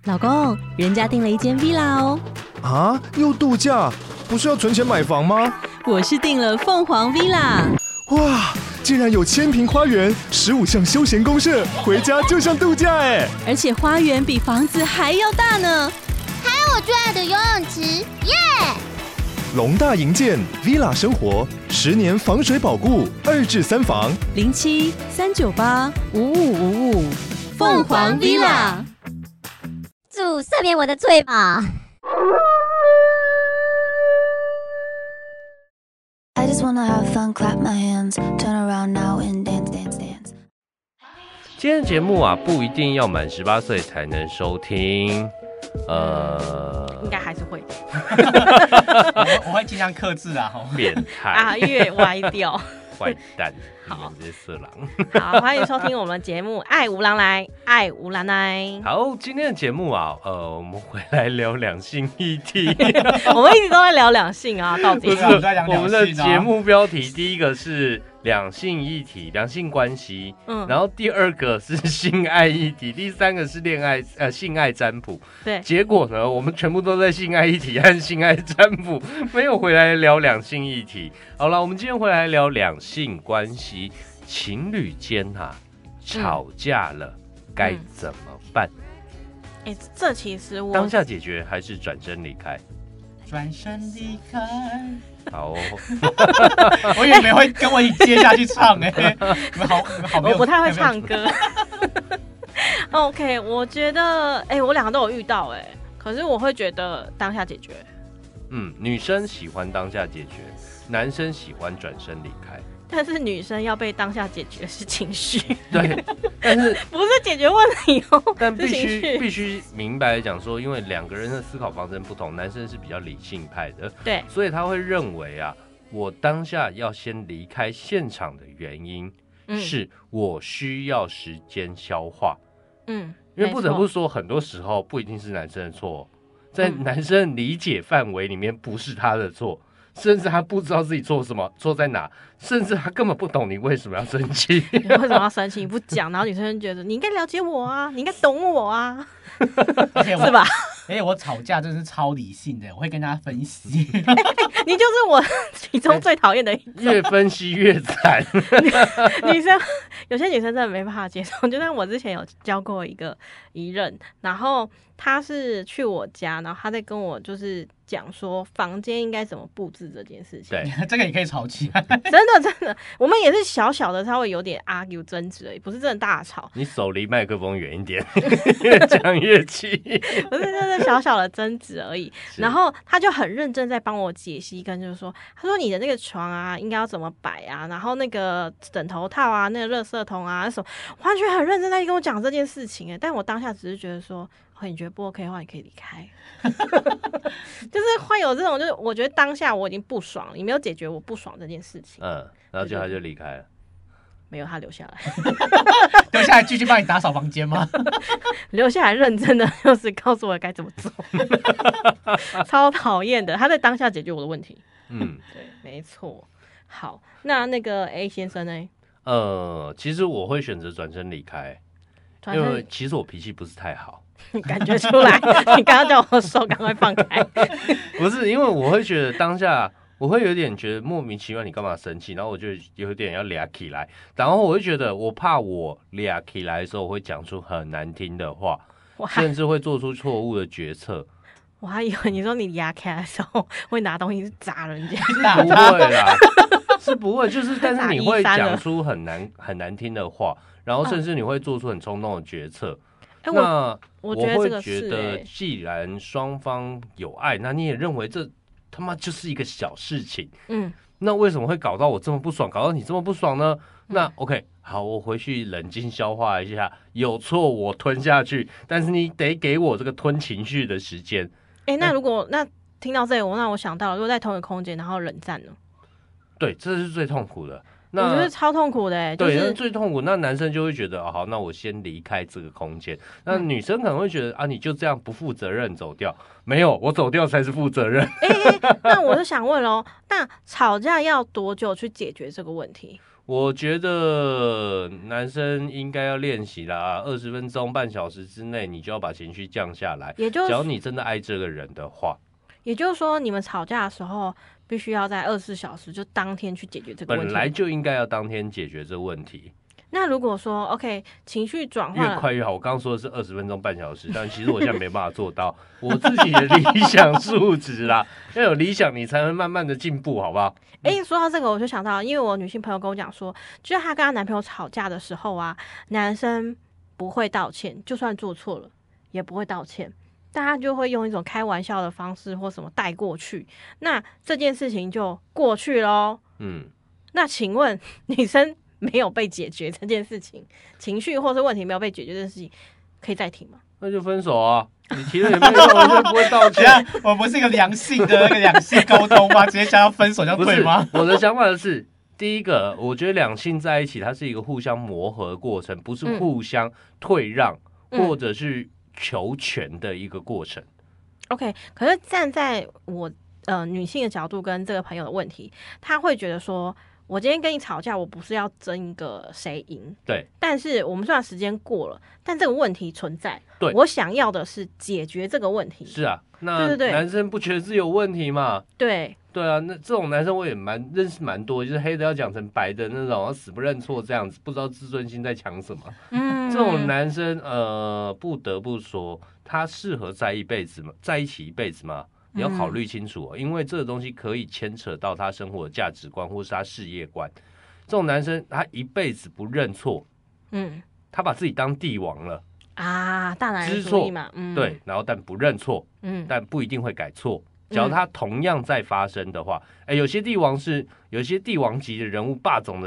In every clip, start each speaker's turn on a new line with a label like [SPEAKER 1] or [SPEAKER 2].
[SPEAKER 1] 老公，人家订了一间 villa 哦。
[SPEAKER 2] 啊，又度假？不是要存钱买房吗？
[SPEAKER 1] 我是订了凤凰 villa。
[SPEAKER 2] 哇，竟然有1000坪花园，15项休闲公社，回家就像度假哎！
[SPEAKER 1] 而且花园比房子还要大呢。
[SPEAKER 3] 还有我最爱的游泳池，耶！
[SPEAKER 2] 龙大营建 villa 生活，10年防水保固，2至3房
[SPEAKER 1] 07-398-5555，凤凰 villa。
[SPEAKER 3] 主赦免我的罪吧。
[SPEAKER 4] I just wanna have fun, clap my hands, turn around now and dance, dance, dance.
[SPEAKER 5] 今天的节目啊，不一定要满18岁才能收听，
[SPEAKER 6] 应该还是会，
[SPEAKER 7] 我会尽量克制啊。
[SPEAKER 5] 变态
[SPEAKER 6] 啊，越歪掉，
[SPEAKER 5] 坏蛋，
[SPEAKER 6] 好，
[SPEAKER 5] 这些色狼。
[SPEAKER 6] 好，欢迎收听我们节目《爱无狼来，爱无狼来》。
[SPEAKER 5] 好，今天的节目啊，我们回来聊两性议题。
[SPEAKER 6] 我们一直都在聊两性啊，到底
[SPEAKER 5] 不是我们的节目标题，第一个是两性议题、两性关系，然后第二个是性爱议题，第三个是性爱占卜。
[SPEAKER 6] 对，
[SPEAKER 5] 结果呢，我们全部都在性爱议题和性爱占卜，没有回来聊两性议题。好了，我们今天回来聊两性关系，情侣间吵架了该怎么办？
[SPEAKER 6] 这其实我
[SPEAKER 5] 当下解决还是转身离开？
[SPEAKER 7] 转身离开。
[SPEAKER 5] 好、哦，
[SPEAKER 7] 我以为你们会跟我一起接下去唱你们好没有，
[SPEAKER 6] 我不太会唱歌。OK， 我觉得我两个都有遇到可是我会觉得当下解决。
[SPEAKER 5] 女生喜欢当下解决，男生喜欢转身离开。
[SPEAKER 6] 但是女生要被当下解决是情绪，
[SPEAKER 5] 对，但是
[SPEAKER 6] 不是解决问题哦。
[SPEAKER 5] 但必须明白讲说，因为两个人的思考方针不同，男生是比较理性派的，
[SPEAKER 6] 对，所
[SPEAKER 5] 以他会认为我当下要先离开现场的原因，是我需要时间消化。因为不得不说，很多时候不一定是男生的错，在男生理解范围里面不是他的错。甚至他不知道自己错什么，错在哪，甚至他根本不懂你为什么要生气。
[SPEAKER 6] 你为什么要生气？你不讲，然后女生觉得你应该了解我啊，你应该懂我啊，是吧？
[SPEAKER 7] 我吵架真的是超理性的，我会跟大家分析。
[SPEAKER 6] 你就是我其中最讨厌的一种，
[SPEAKER 5] 越分析越惨。
[SPEAKER 6] 女生有些女生真的没办法接受，就像我之前有交过一任，然后他是去我家，然后他在跟我就是讲说房间应该怎么布置这件事情。
[SPEAKER 7] 对，这个也可以吵起来。
[SPEAKER 6] 真的，我们也是小小的稍微有点 argue 争执而已，不是真的大吵。
[SPEAKER 5] 你手离麦克风远一点，越讲越气。
[SPEAKER 6] 不是，真的小小的争执而已。然后他就很认真在帮我解析，跟就是说，他说你的那个床啊，应该要怎么摆啊，然后那个枕头套啊，那个垃圾桶啊，什么，完全很认真在跟我讲这件事情。但我当下只是觉得说，你觉得不 OK 的话，你可以离开。就是会有这种，就是我觉得当下我已经不爽了，你没有解决我不爽这件事情。
[SPEAKER 5] 然后他就离开了。
[SPEAKER 6] 没有，他留下来。
[SPEAKER 7] 留下来继续帮你打扫房间吗？
[SPEAKER 6] 留下来认真的就是告诉我该怎么做。超讨厌的，他在当下解决我的问题。对，没错。好，那个 A 先生呢？
[SPEAKER 5] 其实我会选择转身离开，因为其实我脾气不是太好。
[SPEAKER 6] 你感觉出来？你刚刚叫我手赶快放开。
[SPEAKER 5] 不是，因为我会觉得当下。我会有点觉得莫名其妙，你干嘛生气？然后我就有点要俩起来，然后我会觉得我怕我俩起来的时候，我会讲出很难听的话，甚至会做出错误的决策。
[SPEAKER 6] 我还以为你说你俩起来的时候会拿东西砸人家，
[SPEAKER 5] 不会啦，是不会，就是但是你会讲出很难听的话，然后甚至你会做出很冲动的决策。那我会觉得，既然双方有爱，那你也认为这他妈就是一个小事情，那为什么会搞到我这么不爽，搞到你这么不爽呢？那 OK， 好，我回去冷静消化一下，有错我吞下去，但是你得给我这个吞情绪的时间。
[SPEAKER 6] 那如果听到这里，那我想到了，如果在同一个空间，然后冷战呢？
[SPEAKER 5] 对，这是最痛苦的。
[SPEAKER 6] 我觉得超痛苦的
[SPEAKER 5] 对，那最痛苦。那男生就会觉得好，那我先离开这个空间。那女生可能会觉得你就这样不负责任走掉。没有，我走掉才是负责任。
[SPEAKER 6] 那我就想问那吵架要多久去解决这个问题？
[SPEAKER 5] 我觉得男生应该要练习啦，20分钟、半小时之内，你就要把情绪降下来。只要你真的爱这个人的话，
[SPEAKER 6] 也就是说，你们吵架的时候，必须要在24小时就当天去解决这个问题。
[SPEAKER 5] 本来就应该要当天解决这个问题。
[SPEAKER 6] 那如果说 OK 情绪转换
[SPEAKER 5] 越快越好，我刚刚说的是20分钟、半小时，但其实我现在没办法做到我自己的理想数值啦。要有理想，你才能慢慢的进步，好不好？
[SPEAKER 6] 说到这个，我就想到，因为我女性朋友跟我讲说，就是她跟她男朋友吵架的时候啊，男生不会道歉，就算做错了也不会道歉，但他就会用一种开玩笑的方式或什么带过去，那这件事情就过去咯。那请问女生没有被解决这件事情，情绪或是问题没有被解决这件事情，可以再提吗？
[SPEAKER 5] 那就分手啊！你提了也没有用，我就不会道歉。
[SPEAKER 7] 我不是一个良性的两性沟通吗？直接讲要分手就对吗？
[SPEAKER 5] 我的想法是，第一个，我觉得两性在一起，它是一个互相磨合的过程，不是互相退让、或者是求全的一个过程。
[SPEAKER 6] OK， 可是站在我女性的角度跟这个朋友的问题，他会觉得说，我今天跟你吵架，我不是要争一个谁赢，
[SPEAKER 5] 对。
[SPEAKER 6] 但是我们虽然时间过了，但这个问题存在，
[SPEAKER 5] 对。
[SPEAKER 6] 我想要的是解决这个问题。
[SPEAKER 5] 是啊，那男生不觉得自己有问题嘛？
[SPEAKER 6] 对。
[SPEAKER 5] 对啊，那这种男生我也认识蛮多，就是黑的要讲成白的那种，死不认错这样子，不知道自尊心在抢什么。这种男生不得不说，他适合在一起一辈子吗？你要考虑清楚因为这个东西可以牵扯到他生活的价值观或是他事业观。这种男生他一辈子不认错，他把自己当帝王了
[SPEAKER 6] 啊，大男人主义嘛，
[SPEAKER 5] 对，然后但不认错，但不一定会改错。只要他同样在发生的话，有些帝王级的人物，霸总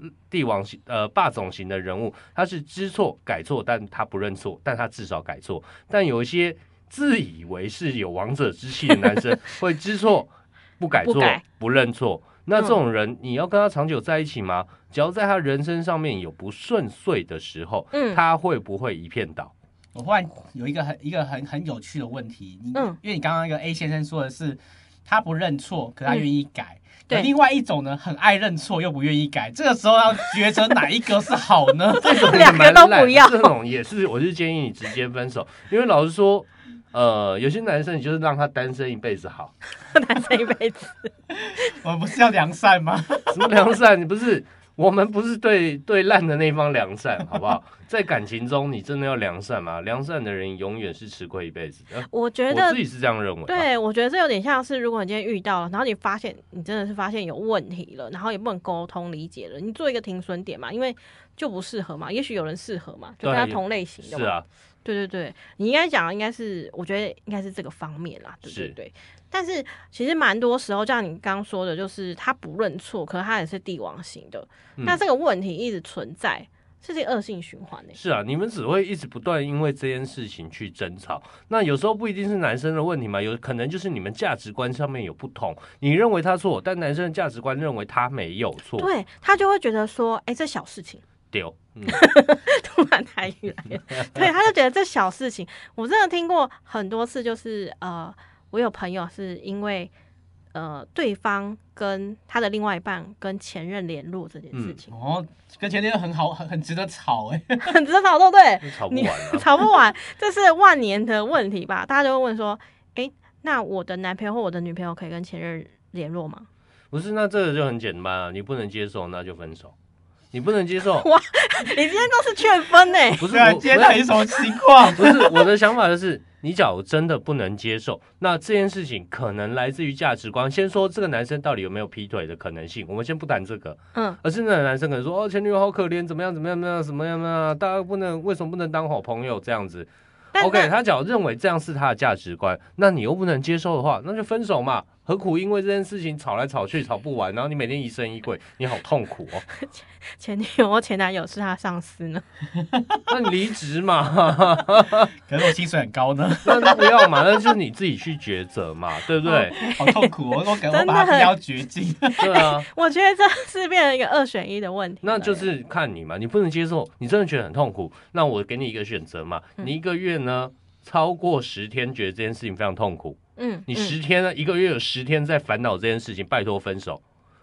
[SPEAKER 5] 型的人物，他是知错改错，但他不认错，但他至少改错。但有一些自以为是有王者之气的男生，会知错不改错，不认错。那这种人，你要跟他长久在一起吗？只要在他人生上面有不顺遂的时候，他会不会一片倒？
[SPEAKER 7] 我忽然有一个很有趣的问题，因为你刚刚那个 A 先生说的是他不认错，可他愿意改。对，另外一种呢，很爱认错又不愿意改，这个时候要抉择哪一个是好呢？
[SPEAKER 5] 这种
[SPEAKER 6] 两个都不要，
[SPEAKER 5] 这种也是，我是建议你直接分手，因为老实说，有些男生你就是让他单身一辈子好，
[SPEAKER 6] 单身一辈子，
[SPEAKER 7] 我不是要良善吗？
[SPEAKER 5] 什么良善？你不是。我们不是对烂的那方良善，好不好？在感情中，你真的要良善吗？良善的人永远是吃亏一辈子的。
[SPEAKER 6] 我觉得
[SPEAKER 5] 我自己是这样认为。
[SPEAKER 6] 对，我觉得这有点像是，如果你今天遇到了，然后你真的是发现有问题了，然后也不能沟通理解了，你做一个停损点嘛，因为就不适合嘛，也许有人适合嘛，就跟他同类型的嘛。是啊，对，你应该讲的应该是，我觉得应该是这个方面啦，对。但是其实蛮多时候，像你刚刚说的，就是他不认错，可是他也是帝王型的，那这个问题一直存在，是这个恶性循环是
[SPEAKER 5] 啊，你们只会一直不断因为这件事情去争吵。那有时候不一定是男生的问题嘛，有可能就是你们价值观上面有不同，你认为他错，但男生的价值观认为他没有错，
[SPEAKER 6] 对，他就会觉得说，这小事情。
[SPEAKER 5] 丢，
[SPEAKER 6] 突然台语来了，对，他就觉得这小事情，我真的听过很多次，就是我有朋友是因为对方跟他的另外一半跟前任联络这件事情，
[SPEAKER 7] 跟前任很好，很值得吵
[SPEAKER 6] 很值得吵，对不对？
[SPEAKER 5] 吵不完
[SPEAKER 6] 吵不完，这是万年的问题吧？大家就会问说，那我的男朋友或我的女朋友可以跟前任联络吗？
[SPEAKER 5] 不是，那这个就很简单啊，你不能接受，那就分手。你不能接受
[SPEAKER 6] 哇！你今天都是劝分
[SPEAKER 5] 不是
[SPEAKER 7] 今天到底什么情况？
[SPEAKER 5] 不是我的想法就是，你假如真的不能接受，那这件事情可能来自于价值观。先说这个男生到底有没有劈腿的可能性，我们先不谈这个，而是那个男生可能说前女友好可怜，怎么样，大家为什么不能当好朋友这样子？OK， 他假如认为这样是他的价值观，那你又不能接受的话，那就分手嘛。何苦因为这件事情吵来吵去吵不完，然后你每天疑神疑鬼，你好痛苦哦。
[SPEAKER 6] 前女友或前男友是他上司呢？
[SPEAKER 5] 那你离职嘛？
[SPEAKER 7] 可是我薪水很高呢。
[SPEAKER 5] 那不要嘛，那就是你自己去抉择嘛，对不对？
[SPEAKER 7] 好痛苦哦，我把它逼到绝境。
[SPEAKER 5] 对啊，
[SPEAKER 6] 我觉得这是变成一个2选1的问题。
[SPEAKER 5] 那就是看你嘛，你不能接受，你真的觉得很痛苦，那我给你一个选择嘛，你1个月呢超过10天觉得这件事情非常痛苦。你10天呢，1个月有10天在烦恼这件事情，拜托分手。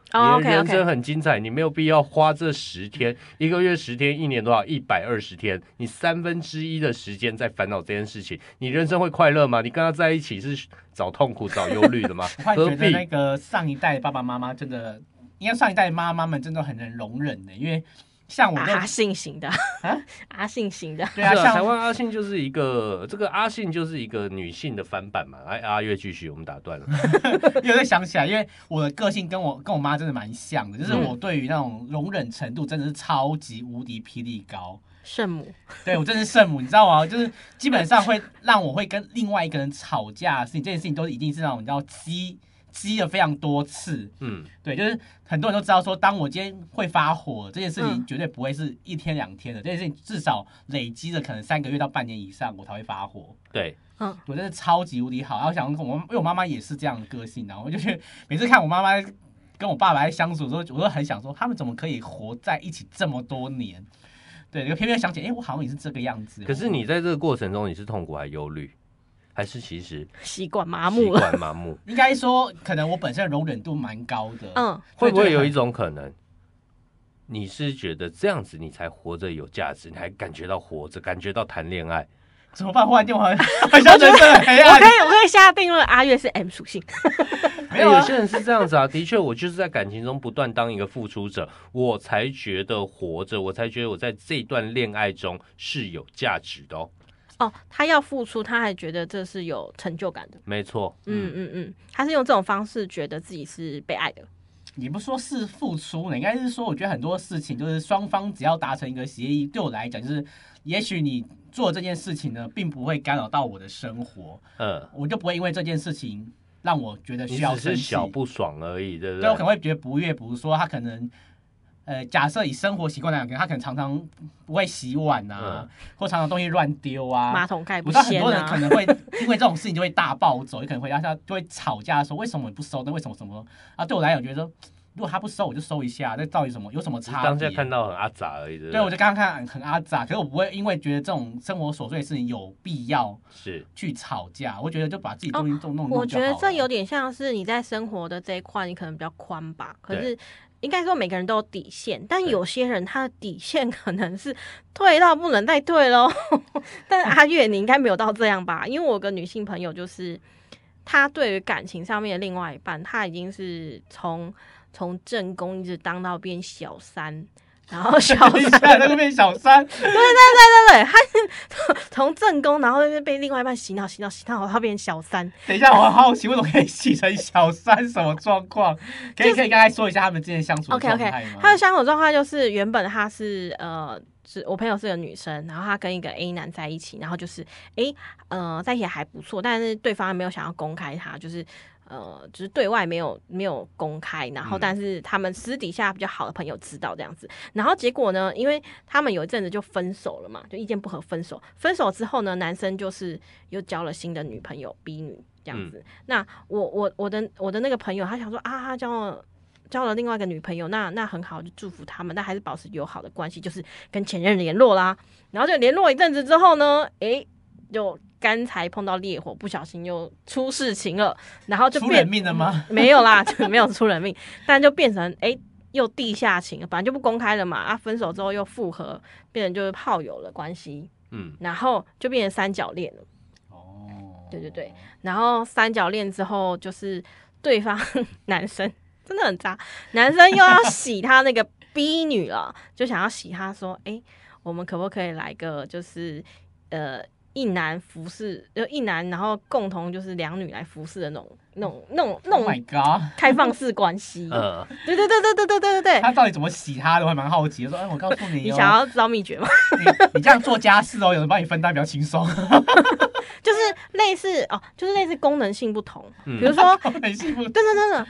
[SPEAKER 5] 你的人生很精彩，你没有必要花这10天，1个月10天，1年多少120天，你1/3的时间在烦恼这件事情，你人生会快乐吗？你跟他在一起是找痛苦、找忧虑的吗？
[SPEAKER 7] 我觉得那个上一代的爸爸妈妈真的，应该上一代的妈妈们真的很能容忍的，因为。像我
[SPEAKER 6] 阿信型的阿信型的，
[SPEAKER 7] 对啊，像
[SPEAKER 5] 台湾阿信就是一个这个阿信就是一个女性的翻版嘛。阿月继续，我们打断了。
[SPEAKER 7] 有在想起来，因为我的个性跟我妈真的蛮像的，就是我对于那种容忍程度真的是超级无敌霹雳高。
[SPEAKER 6] 圣母，
[SPEAKER 7] 对我真是圣母，你知道吗？就是基本上会让我会跟另外一个人吵架的事情，这件事情都一定是那种你知道积了非常多次，对，就是很多人都知道说，当我今天会发火，这件事情绝对不会是1天2天的，这件事情至少累积了可能3个月到半年以上，我才会发火。
[SPEAKER 5] 对，
[SPEAKER 7] 我真的超级无敌好。然后想因为我妈妈也是这样的个性，然后我就觉得每次看我妈妈跟我爸爸在相处的时候，我都很想说，他们怎么可以活在一起这么多年？对，偏偏想起，我好像也是这个样子。
[SPEAKER 5] 可是你在这个过程中，你是痛苦还是忧虑？还是其实
[SPEAKER 6] 习惯麻木了？
[SPEAKER 7] 应该说，可能我本身的容忍度蛮高的。
[SPEAKER 5] 会不会有一种可能，你是觉得这样子你才活着有价值，你还感觉到活着，感觉到谈恋爱？
[SPEAKER 7] 怎么办？忽然间我很像人生很黑暗。
[SPEAKER 6] 我可以下定论，阿月是 M 属性。
[SPEAKER 5] 没有，有些人是这样子啊。的确，我就是在感情中不断当一个付出者，我才觉得活着，我才觉得我在这段恋爱中是有价值的哦。
[SPEAKER 6] 他要付出，他还觉得这是有成就感的。
[SPEAKER 5] 没错，
[SPEAKER 6] 他是用这种方式觉得自己是被爱的。
[SPEAKER 7] 也不说是付出呢，应该是说，我觉得很多事情就是双方只要达成一个协议，对我来讲就是，也许你做这件事情呢，并不会干扰到我的生活，我就不会因为这件事情让我觉得需要生气，
[SPEAKER 5] 你只是小不爽而已，对不对？
[SPEAKER 7] 对，我可能会觉得不悦，比如说他可能。假设以生活习惯来讲，他可能常常不会洗碗啊，或常常东西乱丢啊，
[SPEAKER 6] 马桶盖不
[SPEAKER 7] 掀啊。我知道很多人可能会因为这种事情就会大暴走，也可能就会吵架说为什么你不收呢？为什么什么啊？对我来讲，我觉得说如果他不收，我就收一下，这到底有什么差别？
[SPEAKER 5] 当下看到很阿杂而已，
[SPEAKER 7] 对，我就刚刚看很阿杂，可是我不会因为觉得这种生活琐碎的事情有必要是去吵架，我觉得就把自己东西弄就好了。
[SPEAKER 6] 我觉得这有点像是你在生活的这一块，你可能比较宽吧，可是。应该说每个人都有底线，但有些人他的底线可能是退到不能再退咯。但阿月你应该没有到这样吧？因为我有个女性朋友，就是她对于感情上面的另外一半，她已经是从正宫一直当到变小三。然后小三
[SPEAKER 7] 那个变小三，
[SPEAKER 6] 对，他从正宫，然后被另外一半洗脑，他变小三。
[SPEAKER 7] 等一下，我好奇为什么可以洗成小三，什么状况？可以刚才说一下他们之间相处的状态吗？
[SPEAKER 6] 他的相处状态就是原本他是我朋友是个女生，然后她跟一个 A 男在一起，然后就是在一起还不错，但是对方没有想要公开他，就是对外没有公开，然后但是他们私底下比较好的朋友知道这样子，然后结果呢，因为他们有一阵子就分手了嘛，就意见不合分手之后呢，男生就是又交了新的女朋友 B 女这样子。那我的那个朋友他想说他交了另外一个女朋友，那很好，就祝福他们，但还是保持友好的关系，就是跟前任联络啦。然后就联络一阵子之后呢，就干柴碰到烈火，不小心又出事情了，然后就
[SPEAKER 7] 出人命了吗？
[SPEAKER 6] 没有啦，就没有出人命，但就变成又地下情了，本来就不公开了嘛，分手之后又复合，变成就是炮友的关系，然后就变成三角恋了。对，然后三角恋之后就是对方男生真的很渣，男生又要洗他那个 B 女了，就想要洗他说，我们可不可以来个就是一男服侍，一男然后共同就是2女来服侍的那种
[SPEAKER 7] Oh my God
[SPEAKER 6] 开放式关系。对。
[SPEAKER 7] 他到底怎么洗他的？我还蛮好奇的。说，我告诉你，
[SPEAKER 6] 你想要知道秘诀吗？
[SPEAKER 7] 你这样做家事有人帮你分担比较轻松。
[SPEAKER 6] 就是类似功能性不同，比如说
[SPEAKER 7] 功能性不同，
[SPEAKER 6] 对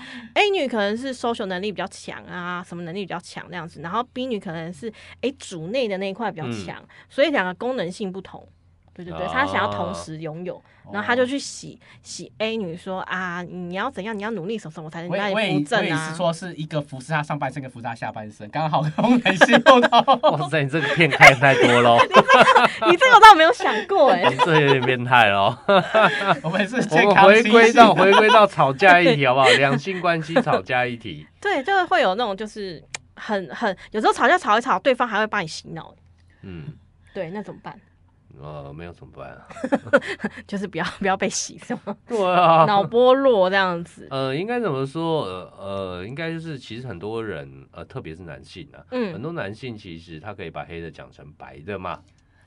[SPEAKER 6] ，A 女可能是 social 能力比较强啊，什么能力比较强那样子，然后 B 女可能是主内的那一块比较强，所以两个功能性不同。 对对对，他想要同时拥有，然后他就去洗 A 女说啊，你要怎样，你要努力什么才能让你扶正啊？
[SPEAKER 7] 我也是说是一个服侍他上半身，一个服侍他下半身，刚好功能性用到。
[SPEAKER 5] 哇塞，你这个片看太多了。
[SPEAKER 6] 你这个我倒没有想过哎，
[SPEAKER 5] 这有点变态了。
[SPEAKER 7] 我们是
[SPEAKER 5] 我们回归到吵架议题好不好？两性关系吵架议题。
[SPEAKER 6] 对，就是会有那种就是很有时候吵架吵一吵，对方还会帮你洗脑。对，那怎么办？
[SPEAKER 5] 没有怎么办啊？
[SPEAKER 6] 就是不要被洗是吗？
[SPEAKER 5] 对啊，
[SPEAKER 6] 脑波弱这样子。
[SPEAKER 5] 应该怎么说？应该就是其实很多人，特别是男性啊，很多男性其实他可以把黑的讲成白的嘛。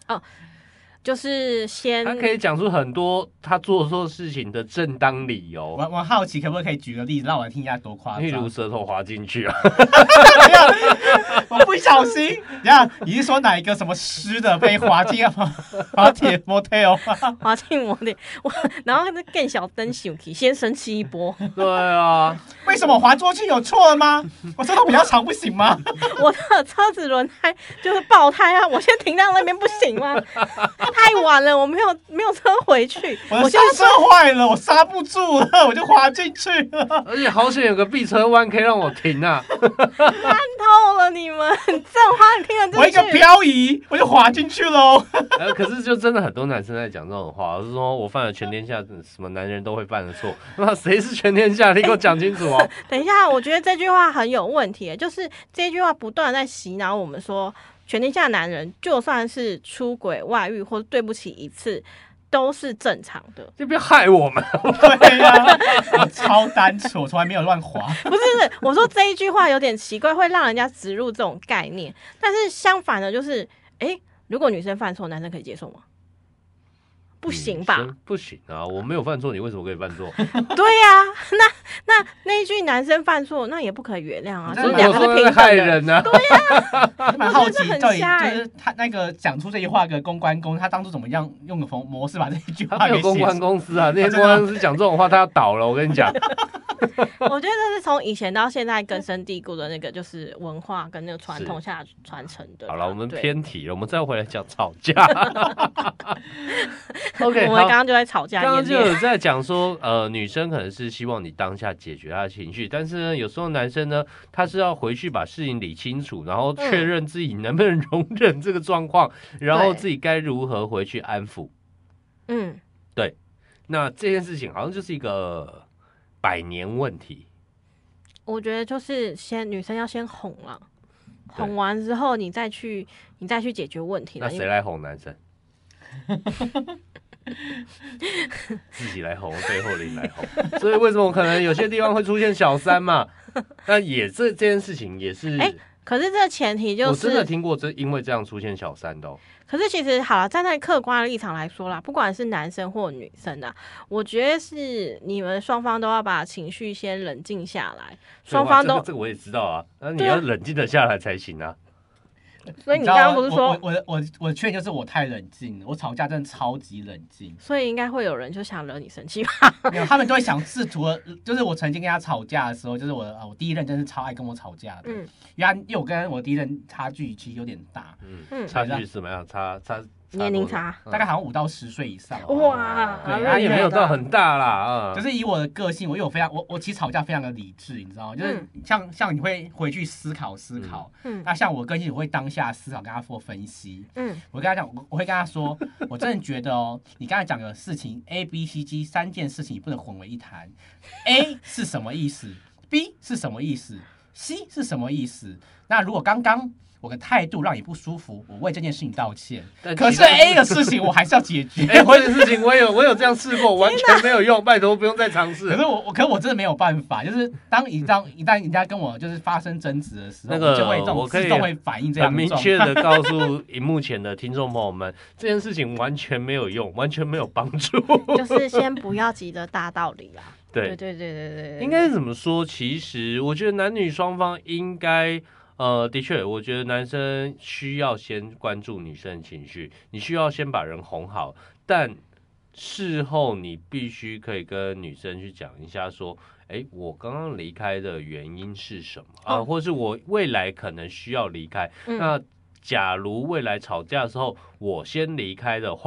[SPEAKER 6] 就是
[SPEAKER 5] 他可以讲出很多他做错事情的正当理由。
[SPEAKER 7] 我好奇，可不可以举个例子让我听一下多夸张？
[SPEAKER 5] 例如舌头滑进去啊！
[SPEAKER 7] 我不小心，你是说哪一个什么湿的被滑进滑铁 motel 吗？
[SPEAKER 6] 滑进我的，然后那更小灯生气，先生气一波。
[SPEAKER 5] 对啊，
[SPEAKER 7] 为什么滑过去有错了吗？我舌头比较长不行吗？
[SPEAKER 6] 我的车子轮胎就是爆胎啊！我先停在那边不行吗？太晚了，我没有车回去。
[SPEAKER 7] 我的刹车坏了，我刹不住了，我就滑进去了。
[SPEAKER 5] 而且好险有个避车弯可以让我停啊！
[SPEAKER 6] 烂透了你们，这种话你听得进去？
[SPEAKER 7] 我一个漂移，我就滑进去喽。
[SPEAKER 5] 可是就真的很多男生在讲这种话，是说我犯了全天下什么男人都会犯的错。那谁是全天下？你给我讲清楚哦。
[SPEAKER 6] 等一下，我觉得这句话很有问题，就是这句话不断在洗脑我们说。全天下男人就算是出轨、外遇或者对不起一次，都是正常的。
[SPEAKER 5] 就不要害我们。
[SPEAKER 7] 对呀，我超单纯，我从来没有乱滑。
[SPEAKER 6] 不是，我说这一句话有点奇怪，会让人家植入这种概念。但是相反的，就是如果女生犯错，男生可以接受吗？不行吧？
[SPEAKER 5] 不行啊！我没有犯错，你为什么可以犯错？
[SPEAKER 6] 对呀、那一句男生犯错，那也不可以原谅啊！就是两个是平等的，
[SPEAKER 5] 害人啊！
[SPEAKER 6] 对呀、
[SPEAKER 7] 蛮好奇，到底就是他那个讲出这句话的公关公司，他当初怎么样用个模式把这一句话给写？
[SPEAKER 5] 他没有公关公司啊，那些公关公司讲这种话，他要倒了。我跟你讲，
[SPEAKER 6] 我觉得这是从以前到现在根深蒂固的那个就是文化跟那个传统下传承的。
[SPEAKER 5] 好了，我们偏题了，我们再回来讲吵架。OK，
[SPEAKER 6] 我们刚刚就在吵架，
[SPEAKER 5] 刚刚就有在讲说，女生可能是希望你当下解决她的情绪，但是呢，有时候男生呢，他是要回去把事情理清楚，然后确认自己能不能容忍这个状况，然后自己该如何回去安抚。对。那这件事情好像就是一个100年问题。
[SPEAKER 6] 我觉得就是女生要先哄了，哄完之后你再去解决问题。
[SPEAKER 5] 那谁来哄男生？自己来哄，背后人来哄，所以为什么可能有些地方会出现小三嘛？那也这件事情也是，
[SPEAKER 6] 可是这个前提就是，
[SPEAKER 5] 我真的听过因为这样出现小三的。
[SPEAKER 6] 可是其实好了，站在客观的立场来说啦，不管是男生或女生啊，我觉得是你们双方都要把情绪先冷静下来，双方都
[SPEAKER 5] 这个我也知道啊，那你要冷静的下来才行啊。
[SPEAKER 6] 所以你刚刚不是说
[SPEAKER 7] 我的缺点就是我太冷静了，我吵架真的超级冷静，
[SPEAKER 6] 所以应该会有人就想惹你生气吧？
[SPEAKER 7] 没有，他们都会想试图的，就是我曾经跟他吵架的时候，就是我第一任真是超爱跟我吵架的，因为我跟我第一任差距其实有点大，
[SPEAKER 5] 差距是什么样？差
[SPEAKER 6] 年龄差，
[SPEAKER 7] 大概好像5到10岁以上。
[SPEAKER 6] 哇，
[SPEAKER 5] 对，他也没有到很大啦，
[SPEAKER 7] 就是以我的个性，我其实吵架非常的理智，你知道吗？就是像你会回去思考，那像我个性我会当下思考跟他做分析，我跟他讲，我会跟他说，我真的觉得你刚才讲的事情 A、B、C、G 3件事情你不能混为一谈 ，A 是什么意思 ？B 是什么意思 ？C 是什么意思？那如果刚刚我的态度让你不舒服，我为这件事情道歉。可是 A 的事情我还是要解决。
[SPEAKER 5] 我的事情我有这样试过，完全没有用，拜托不用再尝试。
[SPEAKER 7] 可是我真的没有办法，就是当一旦人家跟我就是发生争执的时候，我就会这种自动会反应这样的状况。
[SPEAKER 5] 很明确的告诉荧幕前的听众朋友们，这件事情完全没有用，完全没有帮助。
[SPEAKER 6] 就是先不要急着大道理啦。对，应
[SPEAKER 5] 该怎么说？其实我觉得男女双方应该。的确，我觉得男生需要先关注女生的情绪，你需要先把人哄好，但事后你必须可以跟女生去讲一下，说，我刚刚离开的原因是什么啊？或是我未来可能需要离开。那假如未来吵架的时候我先离开的话，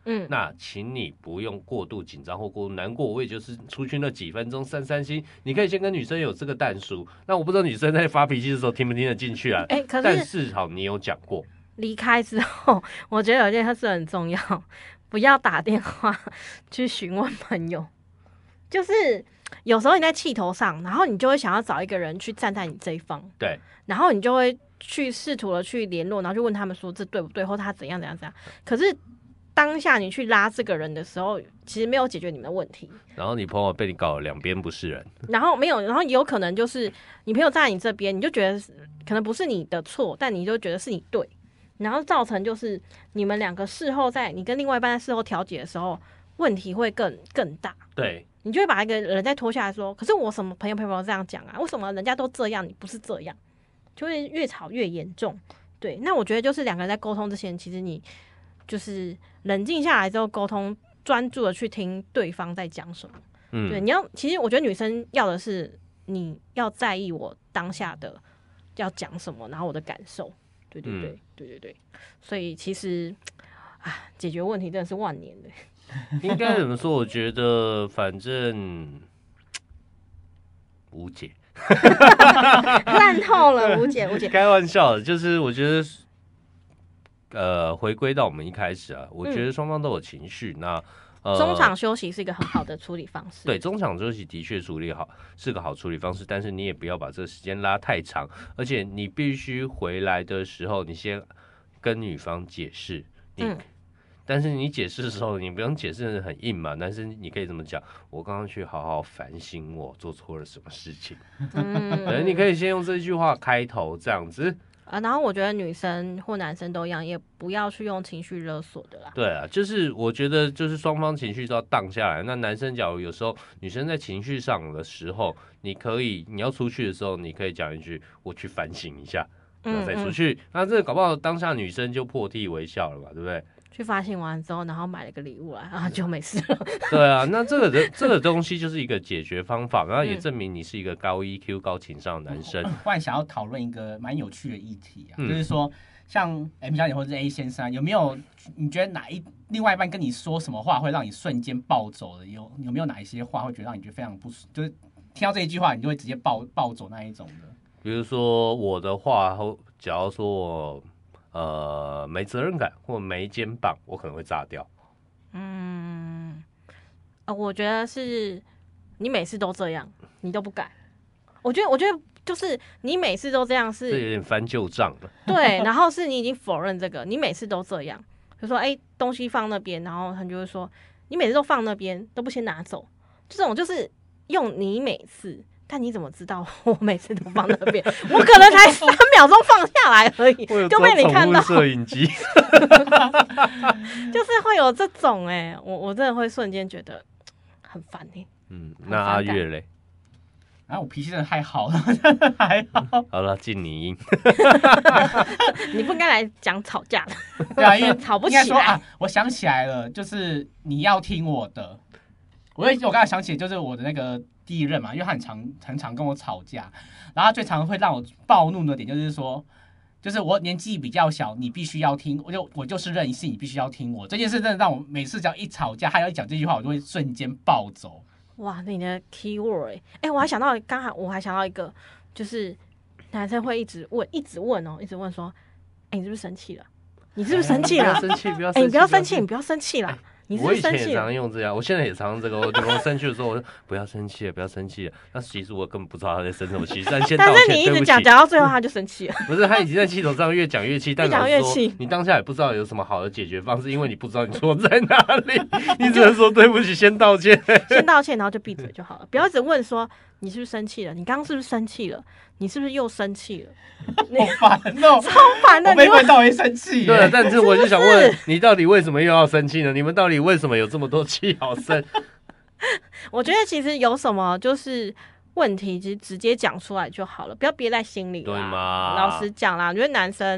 [SPEAKER 5] 那请你不用过度紧张或过度难过，我也就是出去那几分钟散心，你可以先跟女生有这个淡书。那我不知道女生在发脾气的时候听不听得进去啊？但是好，你有讲过。
[SPEAKER 6] 离开之后，我觉得有件事很重要，不要打电话去询问朋友。就是有时候你在气头上，然后你就会想要找一个人去站在你这一方，
[SPEAKER 5] 对，
[SPEAKER 6] 然后你就会去试图的去联络，然后就问他们说这对不对，或他怎样。可是当下你去拉这个人的时候，其实没有解决你们的问题。然
[SPEAKER 5] 后你朋友被你搞了两边不是人，
[SPEAKER 6] 然后没有，然后有可能就是你朋友站在你这边，你就觉得可能不是你的错，但你就觉得是你对。然后造成就是你们两个事后你跟另外一半在事后调解的时候，问题会更大。
[SPEAKER 5] 对，
[SPEAKER 6] 你就会把一个人再拖下来说，可是我什么朋友这样讲啊？为什么人家都这样，你不是这样？就会越吵越严重。对，那我觉得就是两个人在沟通之前，其实你就是冷静下来之后沟通，专注的去听对方在讲什么。对，其实我觉得女生要的是你要在意我当下的要讲什么，然后我的感受。对，所以其实解决问题真的是万年的。
[SPEAKER 5] 应该怎么说？我觉得反正无解，
[SPEAKER 6] 烂透了，无解。
[SPEAKER 5] 开玩笑的，就是我觉得，回归到我们一开始啊，我觉得双方都有情绪，那
[SPEAKER 6] 中场休息是一个很好的处理方式。
[SPEAKER 5] 对，中场休息的确处理好是个好处理方式，但是你也不要把这个时间拉太长，而且你必须回来的时候，你先跟女方解释，但是你解释的时候，你不用解释的很硬嘛，但是你可以这么讲，我刚刚去好好反省我做错了什么事情。你可以先用这句话开头这样子。
[SPEAKER 6] 然后我觉得女生或男生都一样，也不要去用情绪勒索的啦。
[SPEAKER 5] 对啊，就是我觉得就是双方情绪都要荡下来。那男生假如有时候女生在情绪上的时候，你要出去的时候，你可以讲一句我去反省一下，然后再出去。那这个搞不好当下女生就破涕为笑了嘛，对不对？
[SPEAKER 6] 去发现完之后，然后买了个礼物来，然后就没事了。
[SPEAKER 5] 对啊，那这个东西就是一个解决方法，然后也证明你是一个高 EQ 高情商的男生。
[SPEAKER 7] 忽然想要讨论一个蛮有趣的议题啊，就是说像 M 小姐或者是 A 先生，有没有你觉得另外一半跟你说什么话会让你瞬间暴走的？有没有哪一些话会觉得让你觉得非常不爽，就是听到这一句话你就会直接暴走那一种的？
[SPEAKER 5] 比如说我的话，假如说我没责任感或没肩膀，我可能会炸掉。
[SPEAKER 6] 我觉得是你每次都这样，你都不改。我觉得就是你每次都这样是，
[SPEAKER 5] 这有点翻旧账了。
[SPEAKER 6] 对，然后是你已经否认这个，你每次都这样，就说东西放那边，然后他就会说你每次都放那边，都不先拿走。这种就是用你每次。但你怎么知道我每次都放那边？我可能才3秒钟放下来而已，就被你看到。
[SPEAKER 5] 摄影机，
[SPEAKER 6] 就是会有这种我真的会瞬间觉得很烦
[SPEAKER 5] 那阿月嘞？
[SPEAKER 7] 我脾气真的太好了，还好。
[SPEAKER 5] 好了，敬你音。
[SPEAKER 6] 你不应该来讲吵架的。
[SPEAKER 7] 对啊，因为
[SPEAKER 6] 吵不起来。
[SPEAKER 7] 我想起来了，就是你要听我的。我刚才想起就是我的那个第一任嘛，因为他很常跟我吵架，然后他最常会让我暴怒的点就是说，就是我年纪比较小，你必须要听，我就是任性，你必须要听我。这件事真的让我每次只要一吵架，他要一讲这句话，我就会瞬间暴走。
[SPEAKER 6] 哇，那你的 key word 我还想到刚才我还想到一个，就是男生会一直问说，你是不是生气了？你是不是生气了？
[SPEAKER 5] 不要生气，
[SPEAKER 6] 不要生气，你不要生气，你不要生气啦。
[SPEAKER 5] 我以前也常用这样，我现在也常用这个。我女朋友生气的时候，我说不要生气了，不要生气了。那其实我根本不知道她在生什么气，但先道歉。
[SPEAKER 6] 但是你一直讲到最后，她就生气了。
[SPEAKER 5] 不是，她已经在气头上越讲越气，但老实说，你当下也不知道有什么好的解决方式，因为你不知道你错在哪里，你只能说对不起，先道歉，
[SPEAKER 6] 先道歉，然后就闭嘴就好了，不要一直问说你是不是生气了，你刚刚是不是生气了，你是不是又生气了？
[SPEAKER 7] 好烦哦，
[SPEAKER 6] 超烦的！
[SPEAKER 7] 我被问到会生气。
[SPEAKER 5] 对，但是我就想问你，到底为什么又要生气呢？你们到底为什么有这么多气好生？
[SPEAKER 6] 我觉得其实有什么就是问题，其实直接讲出来就好了，不要憋在心里啦。
[SPEAKER 5] 对吗？
[SPEAKER 6] 老实讲啦，我觉得男生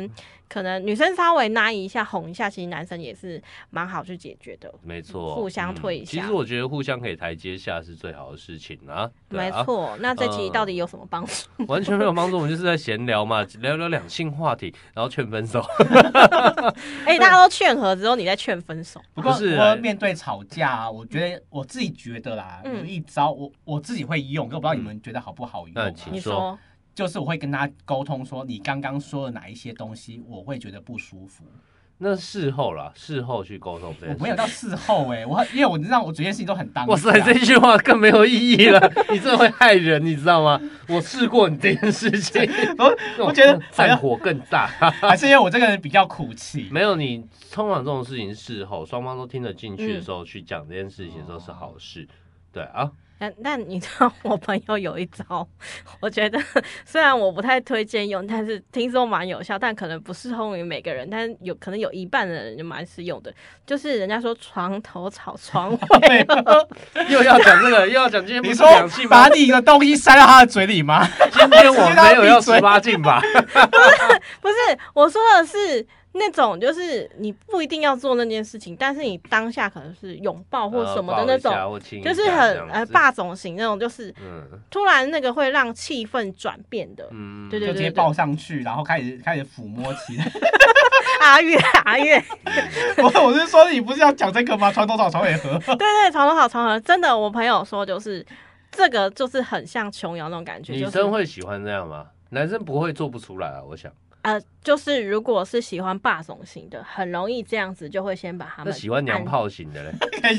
[SPEAKER 6] 可能女生稍微拉一下哄一下，其实男生也是蛮好去解决的。
[SPEAKER 5] 没错，
[SPEAKER 6] 互相推一下。
[SPEAKER 5] 其实我觉得互相可以台阶下是最好的事情啊。
[SPEAKER 6] 没错，那这集到底有什么帮助？
[SPEAKER 5] 完全没有帮助，我们就是在闲聊嘛，聊聊两性话题，然后劝分手。
[SPEAKER 6] 大家都劝和之后，你再劝分手。
[SPEAKER 7] 不过我面对吵架，我觉得我自己觉得啦，有一招我自己会用，可我不知道你们觉得好不好用。
[SPEAKER 5] 请说。
[SPEAKER 7] 就是我会跟他沟通说，你刚刚说的哪一些东西，我会觉得不舒服。
[SPEAKER 5] 那事后啦，事后去沟通这件事。
[SPEAKER 7] 我没有到事后因为我知道我整件事情都很当下。
[SPEAKER 5] 哇塞，这句话更没有意义了，你真的会害人，你知道吗？我试过你这件事情，
[SPEAKER 7] 我觉得
[SPEAKER 5] 战火更大，
[SPEAKER 7] 还是因为我这个人比较苦气。
[SPEAKER 5] 没有，你通常这种事情事后双方都听得进去的时候，去讲这件事情的时候是好事，对啊。
[SPEAKER 6] 但你知道我朋友有一招，我觉得虽然我不太推荐用，但是听说蛮有效，但可能不适用于每个人，但可能有一半的人就蛮适用的，就是人家说床头吵床尾和。
[SPEAKER 5] 又要讲这个，又要讲今天不是两性吗？
[SPEAKER 7] 把你的东西塞到他的嘴里吗？
[SPEAKER 5] 今天我没有要18禁吧？
[SPEAKER 6] 不是，我说的是。那种就是你不一定要做那件事情，但是你当下可能是拥抱或什么的那种，就是很霸总型那种，就是突然那个会让气氛转变的，对，
[SPEAKER 7] 就直接抱上去，然后开始抚摸起来。
[SPEAKER 6] 阿月，
[SPEAKER 7] 我是说你不是要讲这个吗？床头吵床尾和。
[SPEAKER 6] 对，床头吵床尾和，真的，我朋友说就是这个就是很像琼瑶那种感觉。
[SPEAKER 5] 女生会喜欢这样吗？男生不会做不出来啊，我想。
[SPEAKER 6] 就是如果是喜欢霸总型的，很容易这样子就会先把他们。
[SPEAKER 5] 那喜欢娘炮型的嘞？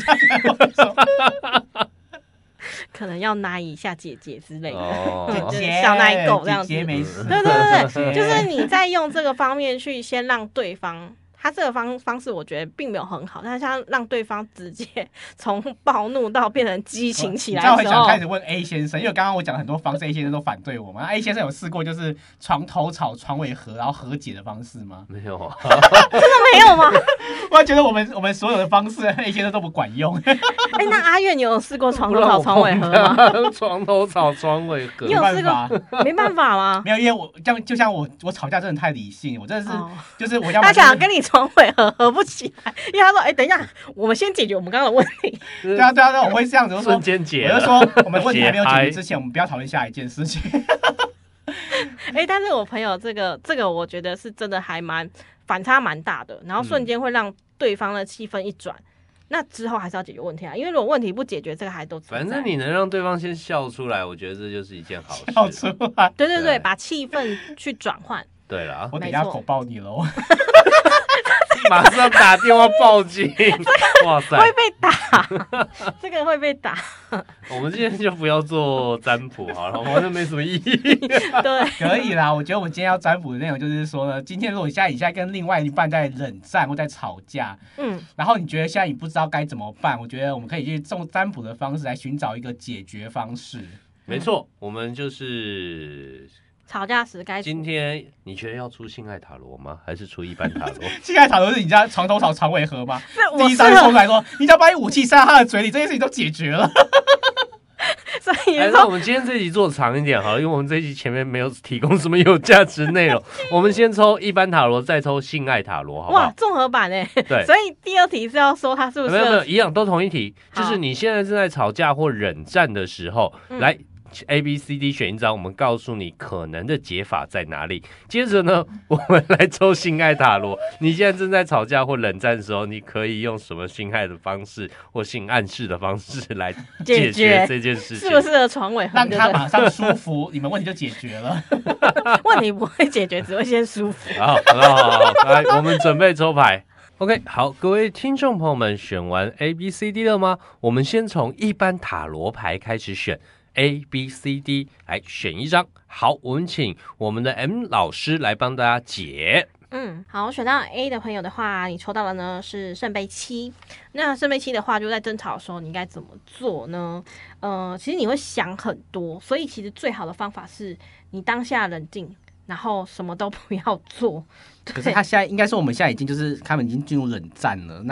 [SPEAKER 6] 可能要拿一下姐姐之类的，
[SPEAKER 7] 姐姐
[SPEAKER 6] 小奶狗这样子。
[SPEAKER 7] 姐姐没事。
[SPEAKER 6] 对，就是你在用这个方面去先让对方。他这个方式我觉得并没有很好，但是他让对方直接从暴怒到变成激情起来的时候，
[SPEAKER 7] 我想开始问 A 先生，因为刚刚我讲了很多方式 ，A 先生都反对我嘛。A 先生有试过就是床头吵床尾和，然后和解的方式吗？
[SPEAKER 5] 没有啊，
[SPEAKER 6] 真的没有吗？
[SPEAKER 7] 我觉得我们所有的方式 A 先生都不管用。
[SPEAKER 6] 那阿月你有试过床头吵床尾和吗？
[SPEAKER 5] 床头吵床尾和，
[SPEAKER 6] 你有试过？没办法吗？
[SPEAKER 7] 没有，因为我就像我吵架真的太理性，我真的是就是我要
[SPEAKER 6] 他想跟你床尾合不起来，因为他说：“等一下，我们先解决我们刚刚的问题。”
[SPEAKER 7] 对啊，我会这样子说，
[SPEAKER 5] 瞬间解。
[SPEAKER 7] 我就说，我们问题还没有解决之前，我们不要讨论下一件事情。
[SPEAKER 6] 但是我朋友这个，我觉得是真的还蛮反差蛮大的，然后瞬间会让对方的气氛一转。那之后还是要解决问题啊，因为如果问题不解决，这个还都
[SPEAKER 5] 反正你能让对方先笑出来，我觉得这就是一件好事。
[SPEAKER 7] 笑出来，
[SPEAKER 6] 对，把气氛去转换。
[SPEAKER 5] 对了，
[SPEAKER 7] 我等一下口爆你喽。
[SPEAKER 5] 马上打电话报警！哇塞，
[SPEAKER 6] 会被打，这个会被打。
[SPEAKER 5] 我们今天就不要做占卜好了，反正没什么意义。
[SPEAKER 6] 对，
[SPEAKER 7] 可以啦。我觉得我们今天要占卜的内容就是说呢，今天如果你现在跟另外一半在冷战或在吵架，然后你觉得现在你不知道该怎么办，我觉得我们可以去用占卜的方式来寻找一个解决方式。
[SPEAKER 5] 没错，我们就是
[SPEAKER 6] 吵架时该。
[SPEAKER 5] 今天你觉得要出性爱塔罗吗？还是出一般塔罗？
[SPEAKER 7] 性爱塔罗是你家床头吵床尾和吗？第一张抽出来说，你只要把你武器塞到他的嘴里，这件事情都解决了。
[SPEAKER 6] 所以
[SPEAKER 5] 那我们今天这集做长一点好了，因为我们这集前面没有提供什么有价值内容。我们先抽一般塔罗，再抽性爱塔罗，好不好？
[SPEAKER 6] 哇，综合版哎。
[SPEAKER 5] 对，
[SPEAKER 6] 所以第二题是要说他是不是？
[SPEAKER 5] 没有，一样都同一题，就是你现在正在吵架或冷战的时候，来。ABCD 选一张，我们告诉你可能的解法在哪里。接着呢，我们来抽性爱塔罗。你现在正在吵架或冷战的时候，你可以用什么性爱的方式或性暗示的方式来解决这件事情？
[SPEAKER 6] 适不适合床尾和？
[SPEAKER 7] 让他马上舒服，你们问题就解决了。
[SPEAKER 6] 问题不会解决，只会先舒服。
[SPEAKER 5] 好，来，我们准备抽牌。OK， 好，各位听众朋友们，选完 ABCD 了吗？我们先从一般塔罗牌开始选。ABCD 来选一张，好，我们请我们的 M 老师来帮大家解。
[SPEAKER 6] 好，选到 A 的朋友的话，你抽到的呢是圣杯7。那圣杯7的话，就在争吵的时候，你应该怎么做呢？其实你会想很多，所以其实最好的方法是你当下冷静，然后什么都不要做。
[SPEAKER 7] 可是他现在应该说我们现在已经就是他们已经进入冷战了，那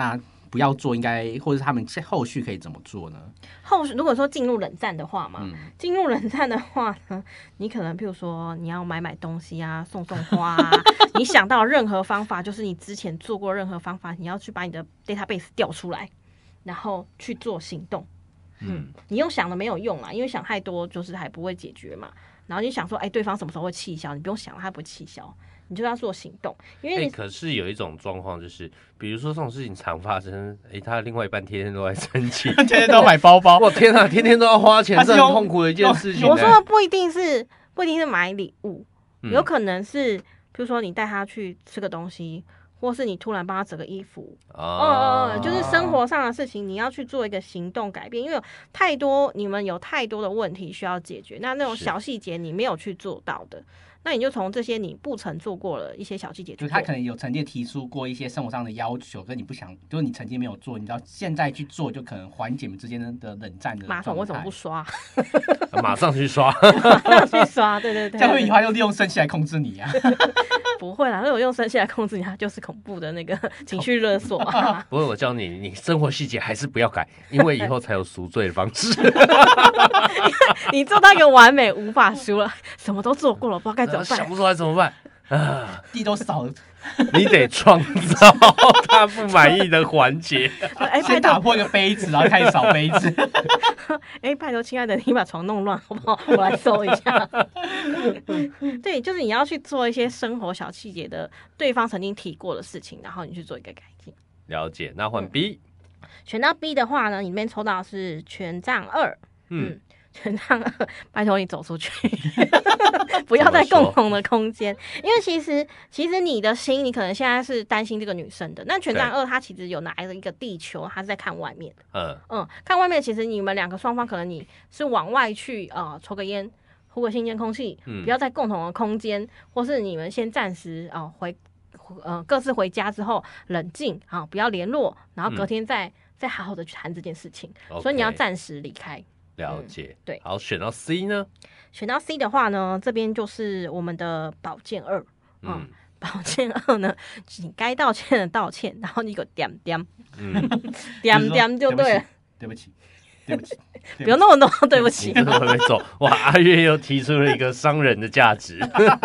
[SPEAKER 7] 不要做，应该或者他们后续可以怎么做呢？
[SPEAKER 6] 后续如果说进入冷战的话嘛，进入冷战的话呢，你可能譬如说你要买东西啊，送花啊，你想到任何方法，就是你之前做过任何方法，你要去把你的 database 调出来，然后去做行动。你用想的没有用啊，因为想太多就是还不会解决嘛。然后你想说，对方什么时候会气消？你不用想了，他不会气消，你就要做行动。因为
[SPEAKER 5] 可是有一种状况就是，比如说这种事情常发生，他另外一半天天都在生气，
[SPEAKER 7] 天天都买包包，
[SPEAKER 5] 我天啊，天天都要花钱，这很痛苦的一件事情。
[SPEAKER 6] 我说的不一定是买礼物，有可能是，比如说你带他去吃个东西。或是你突然帮他折个衣服，就是生活上的事情，你要去做一个行动改变，因为你们有太多的问题需要解决，那种小细节你没有去做到的，那你就从这些你不曾做过的一些小细节去做，
[SPEAKER 7] 就他可能有曾经提出过一些生活上的要求，可是你不想，就是你曾经没有做，你知道现在去做，就可能缓解你们之间的冷战的。
[SPEAKER 6] 马桶为什么不刷？
[SPEAKER 5] 马上去刷，
[SPEAKER 6] 马上去刷，对对对。
[SPEAKER 7] 这样会以后用利用生气来控制你啊？
[SPEAKER 6] 不会啦，如果用生气来控制你，它就是恐怖的那个情绪勒索啊。
[SPEAKER 5] 不过我教你，你生活细节还是不要改，因为以后才有赎罪的方式。
[SPEAKER 6] 你做到一个完美无法赎了，什么都做过了，不知道该怎么办，
[SPEAKER 5] 想不出来怎么办啊？
[SPEAKER 7] 地都扫了。
[SPEAKER 5] 你得创造他不满意的环节。
[SPEAKER 7] 先打破一个杯子，然后开始扫杯子。
[SPEAKER 6] 拜托，亲爱的，你把床弄乱好不好？我来收一下。对，就是你要去做一些生活小细节的对方曾经提过的事情，然后你去做一个改进。
[SPEAKER 5] 了解，那换 B。
[SPEAKER 6] 选到 B 的话呢，里面抽到的是权杖2。权杖2，拜托你走出去，不要在共同的空间。因为其实你的心，你可能现在是担心这个女生的。那权杖2，他其实有拿着一个地球，他是在看外面的。看外面，其实你们两个双方可能你是往外去抽个烟，呼个新鲜空气，不要在共同的空间，或是你们先暂时各自回家之后冷静不要联络，然后隔天再好好的去谈这件事情。所以你要暂时离开。
[SPEAKER 5] 了解，
[SPEAKER 6] 对。
[SPEAKER 5] 好，选到 C 呢？
[SPEAKER 6] 选到 C 的话呢，这边就是我们的宝剑2。宝剑2呢，你该道歉的道歉，然后你给我点点，点点就对了。
[SPEAKER 7] 对不起，对不起，
[SPEAKER 6] 不用那么多对不起。
[SPEAKER 5] 真的会被揍。哇，阿月又提出了一个伤人的价值。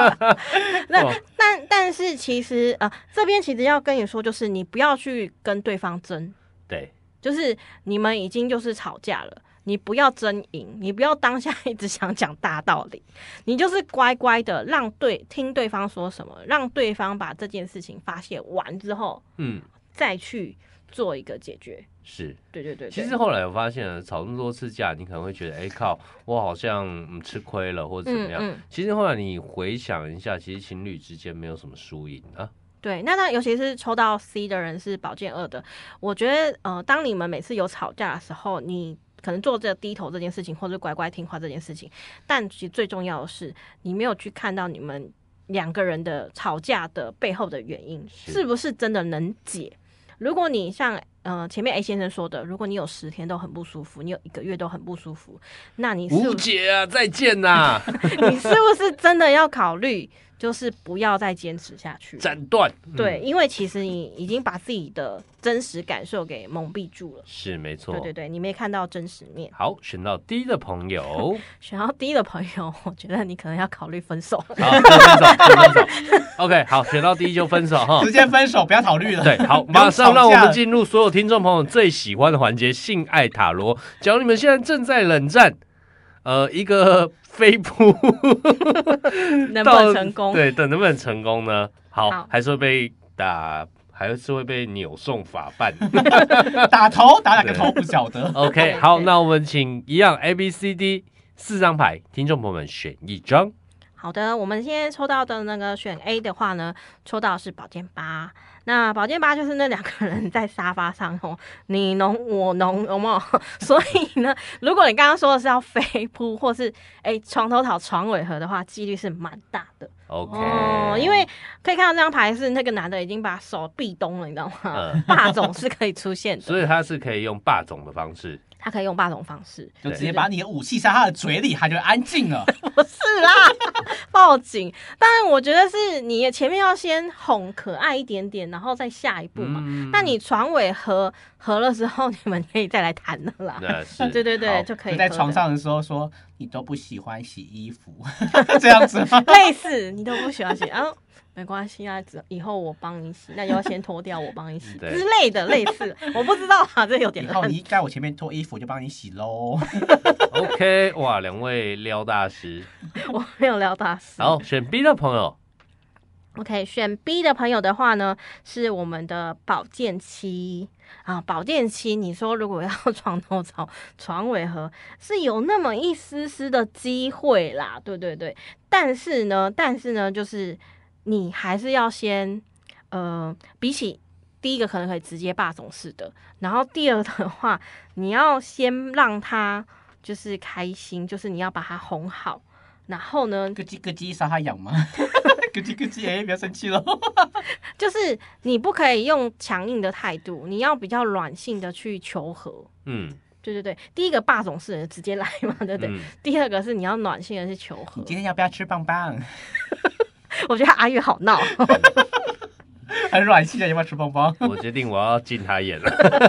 [SPEAKER 6] 但是其实这边其实要跟你说，就是你不要去跟对方争。
[SPEAKER 5] 对，
[SPEAKER 6] 就是你们已经就是吵架了。你不要争赢，你不要当下一直想讲大道理，你就是乖乖的听对方说什么，让对方把这件事情发泄完之后，再去做一个解决。
[SPEAKER 5] 是，
[SPEAKER 6] 对。
[SPEAKER 5] 其实后来我发现了，吵那么多次架，你可能会觉得，靠，我好像吃亏了或者怎么样。其实后来你回想一下，其实情侣之间没有什么输赢啊。
[SPEAKER 6] 对，那尤其是抽到 C 的人是宝剑2的，我觉得当你们每次有吵架的时候，你可能做这低头这件事情，或者乖乖听话这件事情，但其实最重要的是，你没有去看到你们两个人的吵架的背后的原因，是不是真的能解？如果你像前面 A 先生说的，如果你有10天都很不舒服，你有1个月都很不舒服，那你
[SPEAKER 5] 无解啊，再见呐！
[SPEAKER 6] 你是不是真的要考虑？就是不要再坚持下去，
[SPEAKER 5] 斩断。
[SPEAKER 6] 对，因为其实你已经把自己的真实感受给蒙蔽住了。
[SPEAKER 5] 是，没错。
[SPEAKER 6] 对，你没看到真实面。
[SPEAKER 5] 好，选到 D 的朋友，
[SPEAKER 6] 选到 D 的朋友，我觉得你可能要考虑分手。
[SPEAKER 5] 好，分手。OK， 好，选到 D 就分手哈，
[SPEAKER 7] 直接分手，不要考虑了。
[SPEAKER 5] 对，好，马上让我们进入所有听众朋友最喜欢的环节——性爱塔罗。假如你们现在正在冷战，一个飞扑
[SPEAKER 6] 能不能成功？
[SPEAKER 5] 对，能不能成功呢？好，还是会被打，还是会被扭送法办，
[SPEAKER 7] 打头打哪个头不晓得。
[SPEAKER 5] OK， 好，那我们请一样 ABCD 4张牌，听众朋友们选一张。
[SPEAKER 6] 好的，我们现在抽到的那个选 A 的话呢，抽到的是宝剑8。那宝剑8就是那2个人在沙发上你侬我侬，有没有？所以呢，如果你刚刚说的是要飞扑或是床头讨床尾和的话，几率是蛮大的。
[SPEAKER 5] OK，
[SPEAKER 6] 因为可以看到这张牌是那个男的已经把手壁咚了，你知道吗？霸总是可以出现的，
[SPEAKER 5] 所以他是可以用霸总的方式。
[SPEAKER 6] 他可以用霸总方式，
[SPEAKER 7] 就直接把你的武器塞他的嘴里，他就安静了。
[SPEAKER 6] 不是啦，报警。当然，我觉得是你前面要先哄可爱一点点，然后再下一步嘛。那你床尾合了之后，你们可以再来谈了啦。对对对，就可以
[SPEAKER 7] 就在床上的时候说你都不喜欢洗衣服，这样子吗？
[SPEAKER 6] 类似你都不喜欢洗啊。没关系啊，以后我帮你洗，那就要先脱掉，我帮你洗之类的，类似，我不知道啊，这有点烂。
[SPEAKER 7] 以后你在我前面脱衣服，我就帮你洗喽。
[SPEAKER 5] OK， 哇，两位撩大师，
[SPEAKER 6] 我没有撩大师。
[SPEAKER 5] 好，选 B 的朋友。
[SPEAKER 6] OK， 选 B 的朋友的话呢，是我们的保健期啊。保健期，你说如果要床头吵、床尾和，是有那么一丝丝的机会啦，对对对。但是呢，就是你还是要先，比起第一个可能可以直接霸总式的，然后第二的话，你要先让他就是开心，就是你要把他哄好。然后呢？
[SPEAKER 7] 咯叽咯叽，杀他痒吗？咯叽咯叽，不要生气了。
[SPEAKER 6] 就是你不可以用强硬的态度，你要比较软性的去求和。对对对，第一个霸总是直接来嘛，对不对？第二个是你要暖性的去求和。
[SPEAKER 7] 你今天要不要吃棒棒？
[SPEAKER 6] 我觉得阿月好闹。
[SPEAKER 7] 很软性的，要不要吃棒棒？
[SPEAKER 5] 我决定我要进他眼了。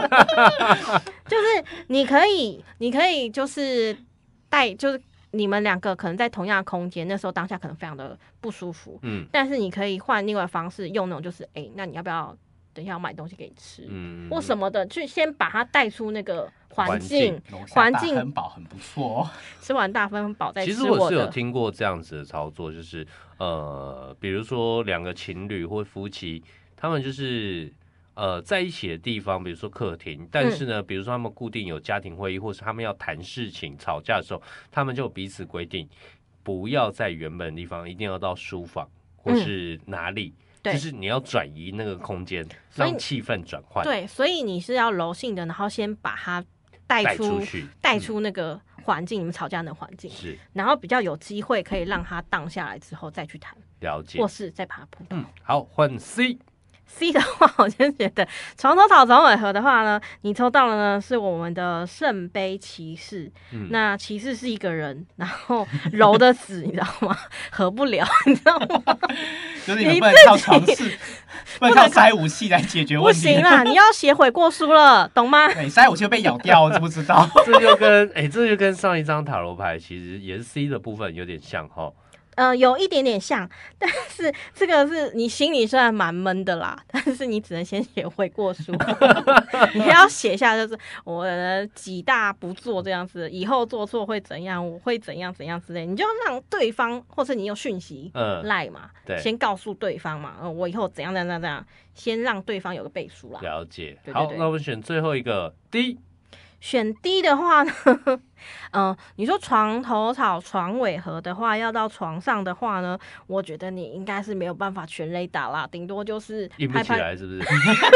[SPEAKER 6] 就是你可以就是就是你们两个可能在同样的空间，那时候当下可能非常的不舒服，但是你可以换另外的方式，用那种就是那你要不要等一下我买东西给你吃，或什么的，去先把它带出那个环境，
[SPEAKER 7] 大分饱很不错哦。
[SPEAKER 6] 吃完大分饱再吃。
[SPEAKER 5] 其实我是有听过这样子的操作，就是比如说两个情侣或夫妻，他们就是在一起的地方，比如说客厅，但是呢，比如说他们固定有家庭会议，或是他们要谈事情、吵架的时候，他们就彼此规定，不要在原本的地方，一定要到书房或是哪里，就是你要转移那个空间，让气氛转换。
[SPEAKER 6] 对，所以你是要柔性的，然后先把它带出那个环境，你们吵架的环境，
[SPEAKER 5] 是，
[SPEAKER 6] 然后比较有机会可以让它荡下来之后再去谈，
[SPEAKER 5] 了解，
[SPEAKER 6] 或是再把它扑倒。
[SPEAKER 5] 好，换 C
[SPEAKER 6] 的话，我就觉得床头吵床尾和的话呢，你抽到了呢是我们的圣杯骑士。那骑士是一个人，然后柔的死，你知道吗？合不了，你知道吗？
[SPEAKER 7] 就是你不能靠床事，不能靠塞武器来解决问题。
[SPEAKER 6] 不行啦，你要写悔过书了，懂吗？
[SPEAKER 7] 对，塞武器会被咬掉，知不知道？
[SPEAKER 5] 这就跟上一张塔罗牌其实也是 C 的部分有点像哈。
[SPEAKER 6] 有一点点像，但是这个是你心里虽然蛮闷的啦，但是你只能先写悔过书，你要写下就是我几大不做这样子，以后做错会怎样，我会怎样怎样之类，你就让对方或者你有讯息赖嘛，先告诉对方嘛，我以后怎样怎样怎样，先让对方有个背书啦。
[SPEAKER 5] 了解。
[SPEAKER 6] 对对对，
[SPEAKER 5] 好，那我们选最后一个 D。
[SPEAKER 6] 选 D 的话呢，你说床头吵床尾和的话，要到床上的话呢，我觉得你应该是没有办法全雷打啦，顶多就是
[SPEAKER 5] 硬不起来，是不是？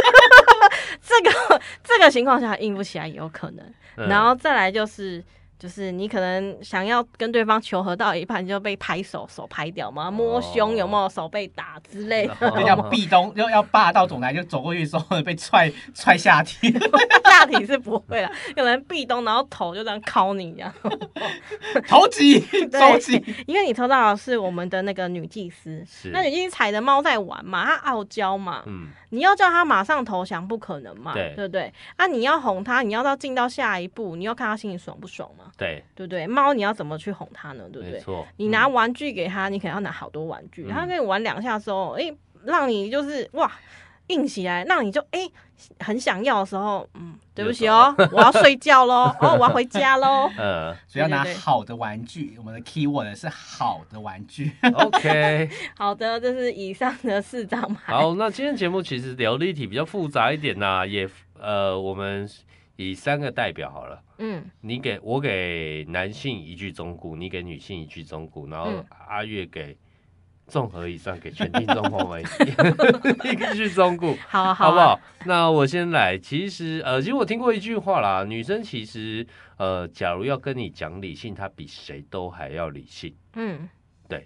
[SPEAKER 6] 这个情况下硬不起来有可能，然后再来就是你可能想要跟对方求和到一半就被拍手拍掉嘛，摸胸有没有手被打之类的，
[SPEAKER 7] 要壁咚要霸道总裁就走过去之后被踹下体，
[SPEAKER 6] 下体是不会啦，有人壁咚然后头就这样敲你这样，
[SPEAKER 7] 头击，
[SPEAKER 6] 因为你抽到的是我们的那个女祭司，那女祭司踩着猫在玩嘛，她傲娇嘛，你要叫她马上投降不可能嘛，对不对？你要哄她，你要进到下一步，你要看她心里爽不爽嘛。对不对？猫你要怎么去哄它呢？对不对？
[SPEAKER 5] 没错，
[SPEAKER 6] 你拿玩具给它，你可能要拿好多玩具，它跟你玩2下之后，让你就是哇硬起来，让你就很想要的时候，对不起哦，我要睡觉咯，我要回家咯。
[SPEAKER 7] 所以要拿好的玩具，我们的 keyword 是好的玩具。
[SPEAKER 5] OK，
[SPEAKER 6] 好的，这是以上的4张牌。
[SPEAKER 5] 好，那今天节目其实聊的议题比较复杂一点呐，也我们以3个代表好了。我给男性一句忠告，你给女性一句忠告，然后阿月给综合以上给全听众朋友们一句忠告，好不好？那我先来。其实我听过一句话啦，女生其实假如要跟你讲理性，她比谁都还要理性。对，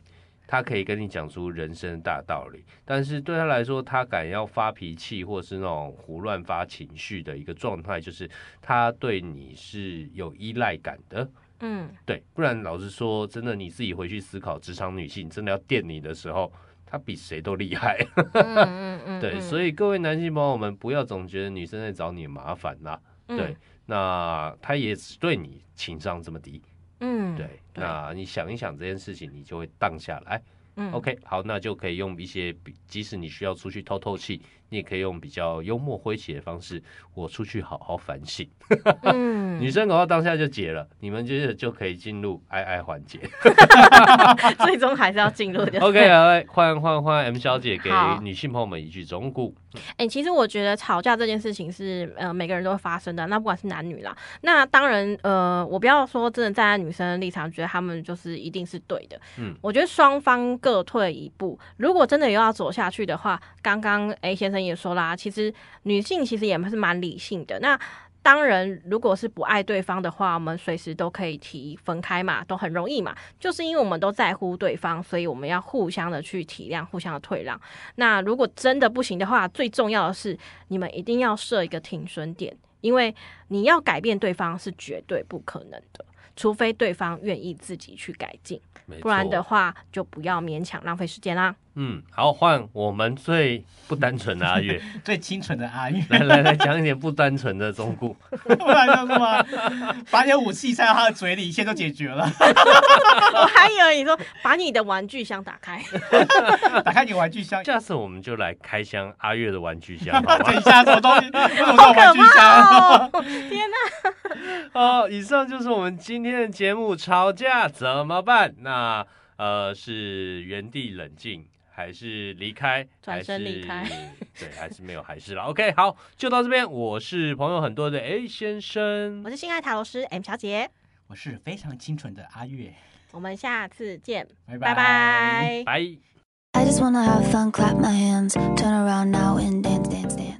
[SPEAKER 5] 他可以跟你讲出人生的大道理，但是对他来说，他敢要发脾气或是那种胡乱发情绪的一个状态，就是他对你是有依赖感的。对，不然老实说，真的你自己回去思考，职场女性真的要电你的时候，她比谁都厉害。对，所以各位男性朋友们，不要总觉得女生在找你麻烦啦。对，那她也只对你情商这么低。对，那你想一想这件事情，你就会荡下来。OK， 好，那就可以用一些，即使你需要出去透透气，你也可以用比较幽默诙谐的方式，我出去好好反省。女生搞到当下就解了，你们就可以进入爱爱环节。
[SPEAKER 6] 最终还是要进入的。
[SPEAKER 5] OK， 来换 M 小姐给女性朋友们一句忠告。
[SPEAKER 6] 其实我觉得吵架这件事情是每个人都会发生的，那不管是男女啦。那当然我不要说真的站在女生的立场，觉得他们就是一定是对的。我觉得双方各退一步。如果真的有要走下去的话，刚刚 A 先生也说啦，其实女性其实也是蛮理性的。那当然，如果是不爱对方的话，我们随时都可以提分开嘛，都很容易嘛。就是因为我们都在乎对方，所以我们要互相的去体谅，互相的退让。那如果真的不行的话，最重要的是你们一定要设一个停损点，因为你要改变对方是绝对不可能的，除非对方愿意自己去改进，不然的话就不要勉强浪费时间啦。
[SPEAKER 5] 好，换我们最不单纯的阿月，
[SPEAKER 7] 最清纯的阿月，
[SPEAKER 5] 来讲一点不单纯的忠告。
[SPEAKER 7] 不然叫什么？把你的武器塞到他的嘴里，一切都解决了。
[SPEAKER 6] 我还以为你说把你的玩具箱打开，
[SPEAKER 7] 打开你的玩具箱。
[SPEAKER 5] 下次我们就来开箱阿月的玩具箱，好吗？
[SPEAKER 7] 等一下，什么东西？
[SPEAKER 6] 好可怕哦！天哪！
[SPEAKER 5] 好，以上就是我们今天的节目。吵架怎么办？那是原地冷静，还是离开？
[SPEAKER 6] 转身离开？
[SPEAKER 5] 对，还是没有，还是啦。OK， 好，就到这边。我是朋友很多的 A 先生，
[SPEAKER 6] 我是性爱塔罗师 M 小姐，
[SPEAKER 7] 我是非常清纯的阿月。
[SPEAKER 6] 我们下次见，
[SPEAKER 7] 拜
[SPEAKER 6] 拜。
[SPEAKER 5] 拜。
[SPEAKER 4] I just wanna have fun, clap my hands, turn around now and dance, dance, dance.